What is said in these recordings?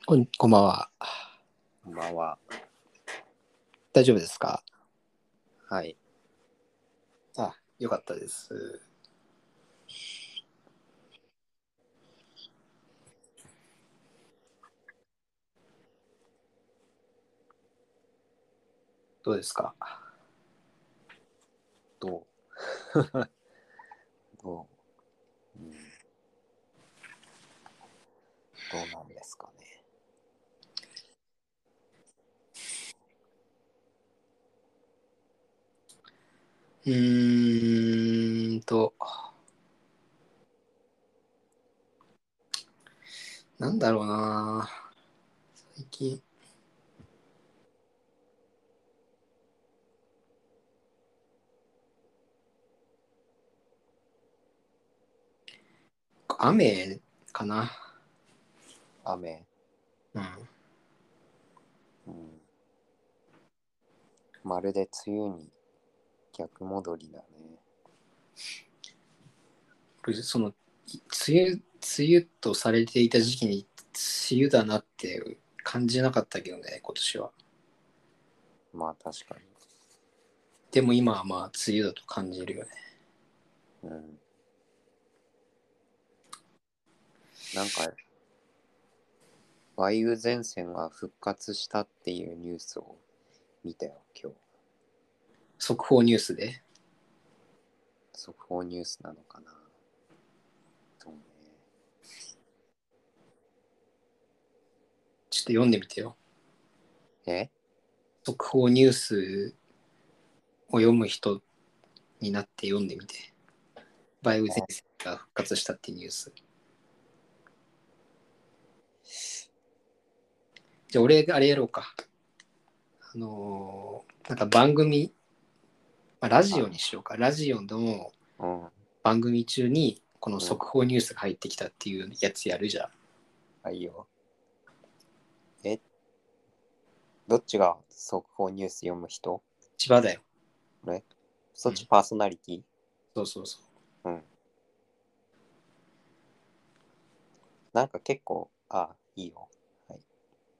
こんばんは。 こんばんは。 大丈夫ですか？ はい。 よかったです。どうですか？ どうどう、どうなんですかね。 うーんと、なんだろうな。最近、雨かな。 雨。 うん。 うん。まるで梅雨に逆戻りだね。 その、梅雨とされていた時期に梅雨だなって感じなかったけどね、今年は。 まあ確かでも今はまあ梅雨だと感じるよね。 に。なんか、梅雨前線が復活したっていうニュースを見たよ、今日。 速報ニュースで。 速報ニュースなのかな。そうね。 ちょっと読んでみてよ。 え速報ニュースを読む人になって読んでみて。梅雨前線が復活したっていうニュース。じゃあ俺あれやろうか。なんか番組、ラジオにしようか。ラジオのうん。 番組中にこのうん。 速報ニュースが入ってきたっていうやつやるじゃん。 あ、いいよ。えどっちが速報ニュース読む人？ 千葉だよ。 俺そうん。 っちパーソナリティ？ そうそうそう。 うん。なんか結構、いいよ。はい。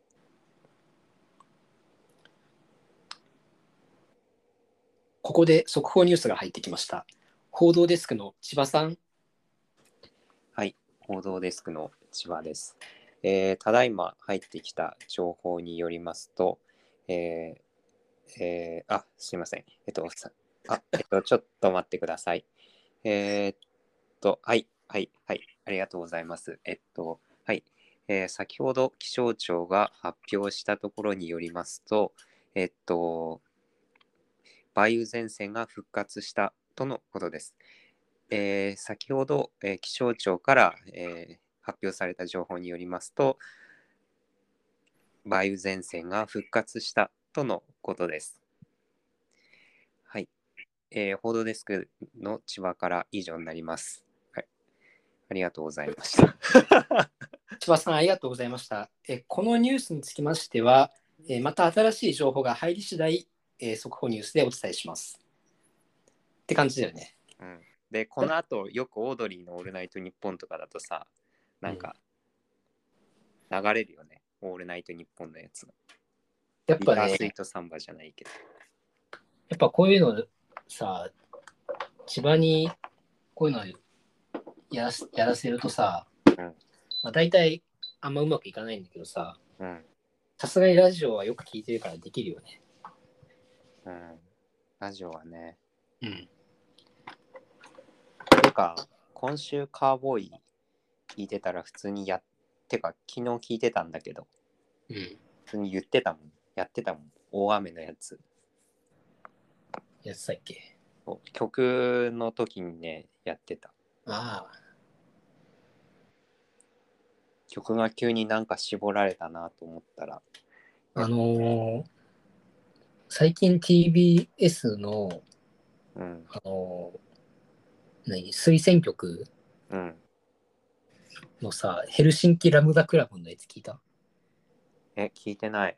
ここで速報ニュースが入ってきました。報道デスクの千葉さん。 はい。報道デスクの千葉です。ただいま入ってきた情報によりますと、すいません。ちょっと待ってください。はい、はい、はい。ありがとうございます。はい。先ほど気象庁が発表したところによりますと、梅雨前線が復活したとのことです。先ほど、気象庁から、発表された情報によりますと、梅雨前線が復活したとのことです。はい。報道デスクの千葉から以上になります。はい。ありがとうございました。 千葉さんありがとうございました。このニュースにつきましては、また新しい情報が入り次第、速報ニュースでお伝えします。って感じだよね。 うん、で、この後、よくオードリーのオールナイトニッポンとかだとさ、なんか流れるよね。オールナイトニッポンのやつ。ビやっぱね、 タースイートサンバじゃないけど。 やっぱこういうのさ、千葉にこういうのやらせるとさ、 うん。 大体あんまうまくいかないんだけどさ、 うん。 さすがにラジオはよく聞いてるからできるよね。 うん。ラジオはね。 うん。 てか、今週カーボーイ聞いてたら普通にてか昨日聞いてたんだけど、 うん。 普通に言ってたもん。やってたもん。大雨のやつ。 やってたっけ？ 曲の時にね、やってた。 あ曲が急になんか絞られたなと思ったら、 あ。最近 TBS の、 うん。 あの推薦曲うん。 のさ、ヘルシンキラムダクラブのやつ聞いた？ 聞いてない。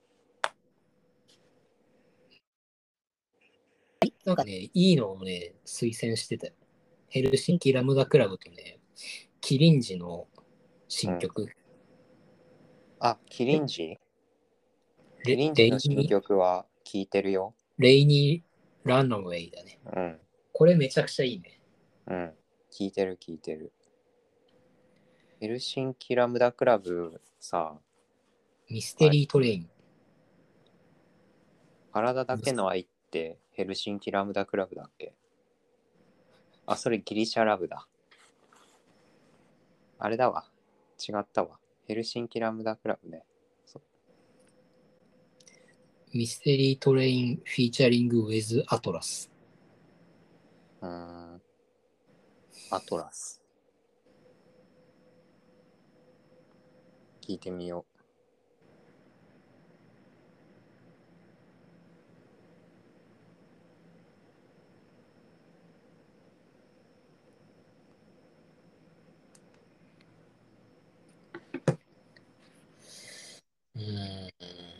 なんかね、いいのをね、推薦してたよ。ヘルシンキラムダクラブとね、キリンジのうん。 新曲。 あ、キリンジキレリンジの新レイニ曲は聴いてるよ。 ー、レイニーランナウェイだね。 うん。 これめちゃくちゃいいね。 うん。聴いてる聴いてる。ヘルシンキラムダクラブさ、 ミステあれ、 リートレイン。 体だけの愛ってヘルシンキラムダクラブだっけ？あ、それギリシャラブだ。あれだわ。違ったわ。ヘルシンキラムダクラブね。 ミステリートレインフィーチャリングウェズアトラス。 アトラス。聞いてみようーん。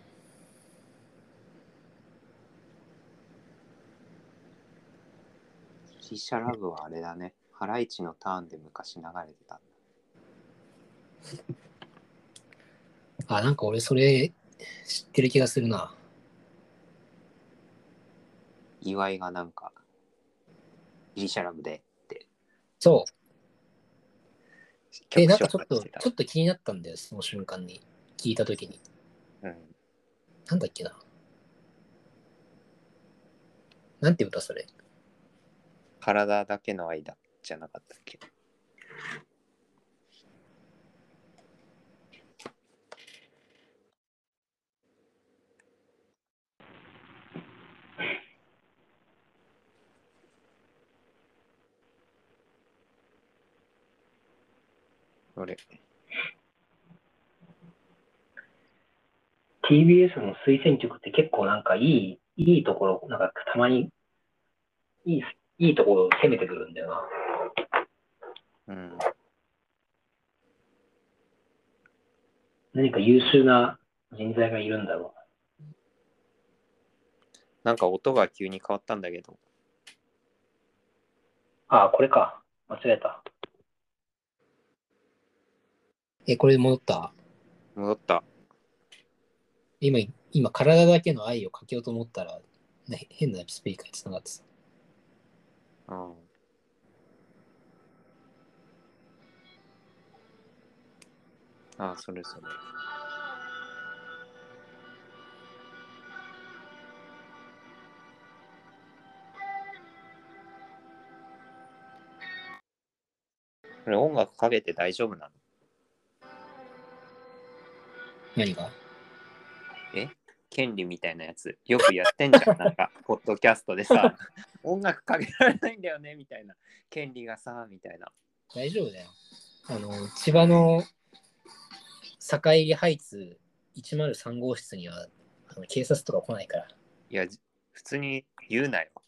う。ギリシャラブはあれだね。ハライチのターンで昔流れてたんだ。 あ、なんか俺それ知ってる気がするな。 岩井がなんか、ギリシャラブでってそう。 曲紹なんかちょっと、 介してた。 ちょっと気になったんだよ、その瞬間に。聞いたときに。 うん。 なんだっけな。なんて歌それ。 体だけの愛だじゃなかったっけ？俺、 TBS の推薦曲って結構なんかいいところ、なんかたまにいい、いいところを攻めてくるんだよな。 うん。 何か優秀な人材がいるんだろなんか音が急に変わったんだけど。 う。ああ、これか。間違えた。これで戻った。 戻った。 今、今、体だけの愛をかけようと思ったら、ね、変なスピーカーにつながってた。 うん。あ、それそれ。これ音楽かけて大丈夫なの？ 何が？ え権利みたいなやつ。よくやってんじゃん。なんか、ポッドキャストでさ、音楽かけられないんだよね、みたいな。権利がさ、みたいな。 大丈夫だよ。千葉の坂入ハイツ103号室には警察とか来ないから。 いや、普通に言うなよ。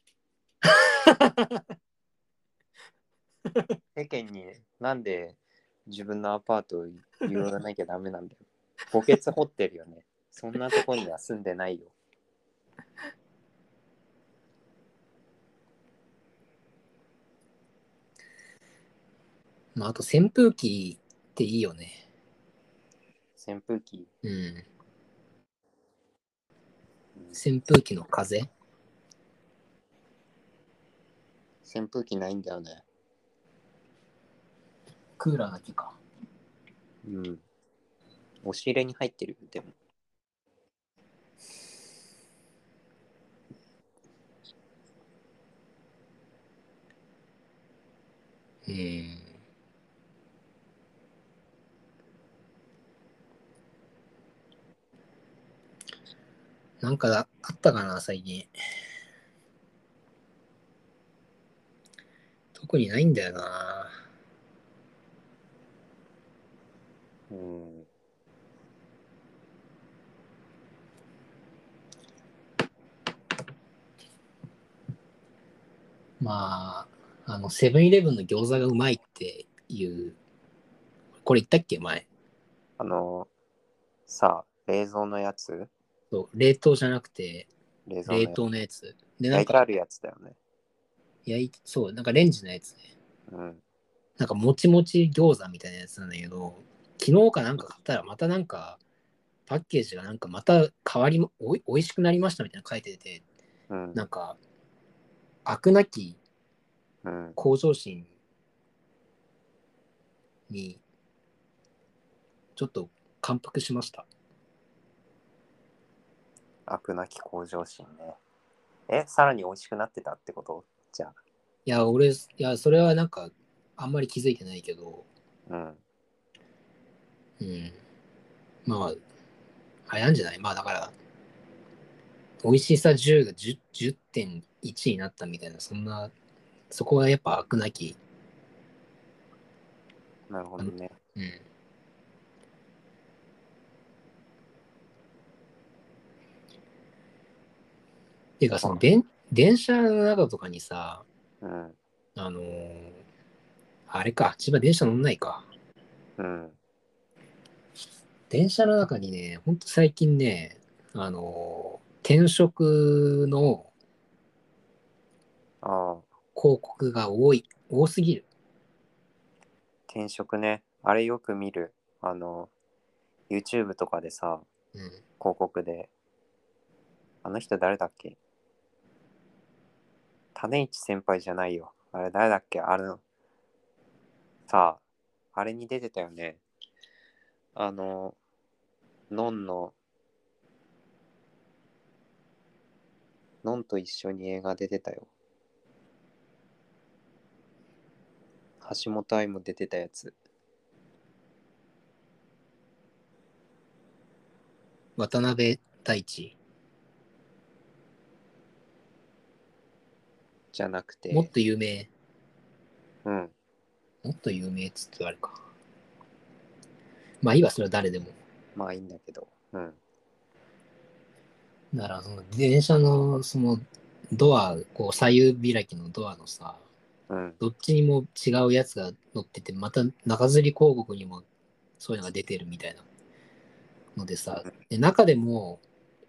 世間になんで自分のアパートを言わなきゃダメなんだよ。墓穴掘ってるよね。そんなとこには住んでないよ。 まあ、あと扇風機っていいよね。 扇風機。 うん。扇風機の風扇風機ないんだよね。 クーラーだけか。 うん。押し入れに入ってるよ、でも。 うん。なんかあったかな、最近。特にないんだよな。 うん。 まあ、セブンイレブンの餃子がうまいっていう、これ言ったっけ、前。 あの、さあ、冷蔵のやつそう、冷凍じゃなくて、冷冷蔵のやつ。 凍のやつ。で、なんか、 焼いてあるやつだよね。 そう、なんかレンジのやつね。 うん。 なんかもちもち餃子みたいなやつなんだけど、昨日かなんか買ったらまたなんかパッケージがなんかまた変わりもおいしくなりましたみたいなの書いてて、 うんなんか飽くなきうん向上心にちょっと感服しました。 飽くなき向上心ね。さらに美味しくなってたってことじゃいや、それはなんかあんまり気づいてないけど、 あ。うん。 うん。まあ、あれなんじゃない？まあだから、美味しさ10が 10.1になったみたいな、そこはやっぱ飽くなき、 なるほどね。 うん。ていうか、電車の中とかにさ、 うん。 あのーあれか、千葉電車乗んないか。 うん。 電車の中にね、ほんと最近ね、転職のああ、 広告が多すぎる。 転職ね。あれよく見る。YouTube とかでさ、 うん。 広告で。あの人誰だっけ？種市先輩じゃないよ。あれ誰だっけ？さあ、あれに出てたよね。あの、のんの、のんと一緒に映画出てたよ。橋本愛も出てたやつ。 渡辺大地。 じゃなくもって、 と有名。 うん。 もっと有名っつってあれか。まあいいわ、それは誰でも。 まあいいんだけど。うん。 だから、その電車の、その、ドア、こう、左右開きのドアのさ、 うん。 どっちにも違うやつが乗ってて、また中吊り広告にもそういうのが出てるみたいなのでさ、で中でも、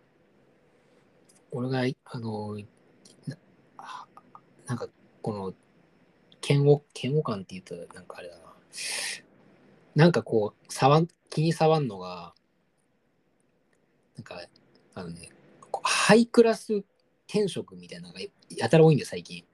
俺が、ななんか、この、嫌悪感って言うと、なんかあれだな。なんかこう、気に障んのが、なんか、あのね、ハイクラス転職みたいなのがやたら多いんだよ、最近。